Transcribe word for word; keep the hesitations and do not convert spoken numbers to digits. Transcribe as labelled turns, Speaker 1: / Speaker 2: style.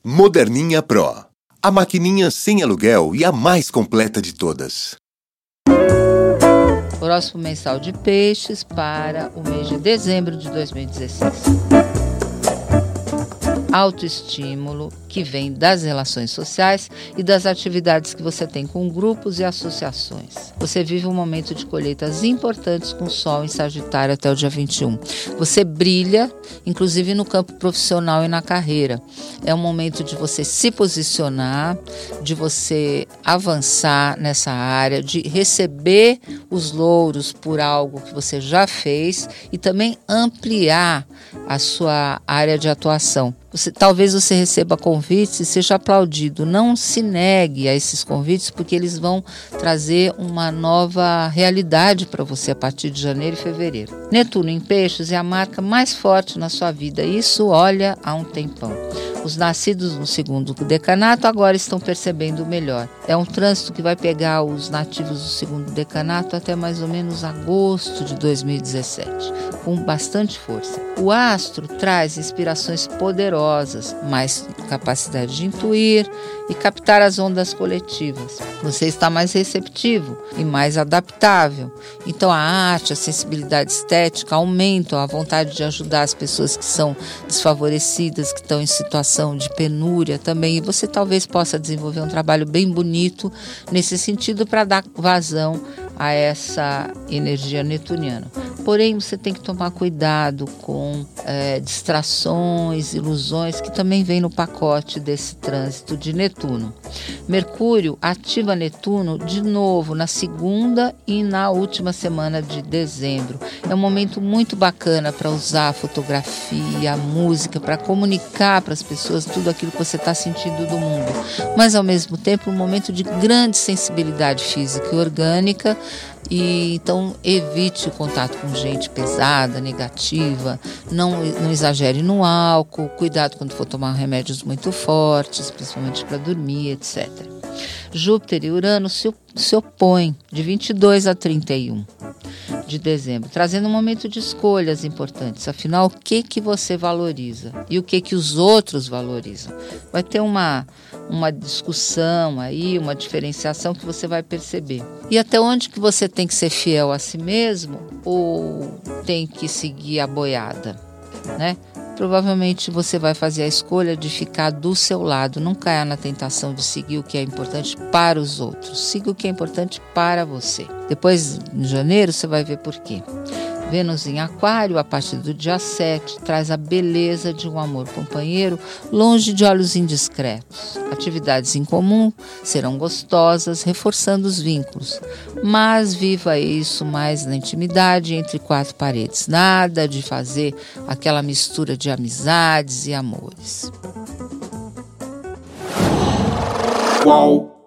Speaker 1: Moderninha Pro, a maquininha sem aluguel e a mais completa de todas.
Speaker 2: Horóscopo mensal de peixes para o mês de dezembro de dois mil e dezesseis. Autoestímulo que vem das relações sociais e das atividades que você tem com grupos e associações. Você vive um momento de colheitas importantes com o Sol em Sagitário até o dia vinte e um. Você brilha, inclusive no campo profissional e na carreira. É um momento de você se posicionar, de você avançar nessa área, de receber os louros por algo que você já fez e também ampliar a sua área de atuação. Você, talvez você receba convites e seja aplaudido. Não se negue a esses convites, porque eles vão trazer uma nova realidade para você a partir de janeiro e fevereiro. Netuno em Peixes é a marca mais forte na sua vida. Isso, olha, há um tempão. Os nascidos no segundo decanato agora estão percebendo melhor. É um trânsito que vai pegar os nativos do segundo decanato até mais ou menos agosto de dois mil e dezessete, com bastante força. O astro traz inspirações poderosas, mais capacidade de intuir e captar as ondas coletivas. Você está mais receptivo e mais adaptável. Então a arte, a sensibilidade estética aumentam a vontade de ajudar as pessoas que são desfavorecidas, que estão em situação de penúria também. E você talvez possa desenvolver um trabalho bem bonito nesse sentido para dar vazão a essa energia netuniana. Porém, você tem que tomar cuidado com é, distrações, ilusões, que também vem no pacote desse trânsito de Netuno. Mercúrio ativa Netuno de novo na segunda e na última semana de dezembro. É um momento muito bacana para usar a fotografia, a música, para comunicar para as pessoas tudo aquilo que você está sentindo do mundo. Mas, ao mesmo tempo, um momento de grande sensibilidade física e orgânica. E então evite o contato com gente pesada, negativa, não, não exagere no álcool, cuidado quando for tomar remédios muito fortes, principalmente para dormir, etcétera. Júpiter e Urano se, se opõem de vinte e dois a trinta e um de dezembro, trazendo um momento de escolhas importantes. Afinal, o que que você valoriza e o que que os outros valorizam? Vai ter uma, uma discussão aí, uma diferenciação que você vai perceber. E até onde que você tem que ser fiel a si mesmo ou tem que seguir a boiada, né? Provavelmente você vai fazer a escolha de ficar do seu lado. Não caia na tentação de seguir o que é importante para os outros. Siga o que é importante para você. Depois, em janeiro, você vai ver por quê. Vênus em Aquário, a partir do dia sete, traz a beleza de um amor companheiro longe de olhos indiscretos. Atividades em comum serão gostosas, reforçando os vínculos. Mas viva isso mais na intimidade, entre quatro paredes. Nada de fazer aquela mistura de amizades e amores.
Speaker 1: Qual?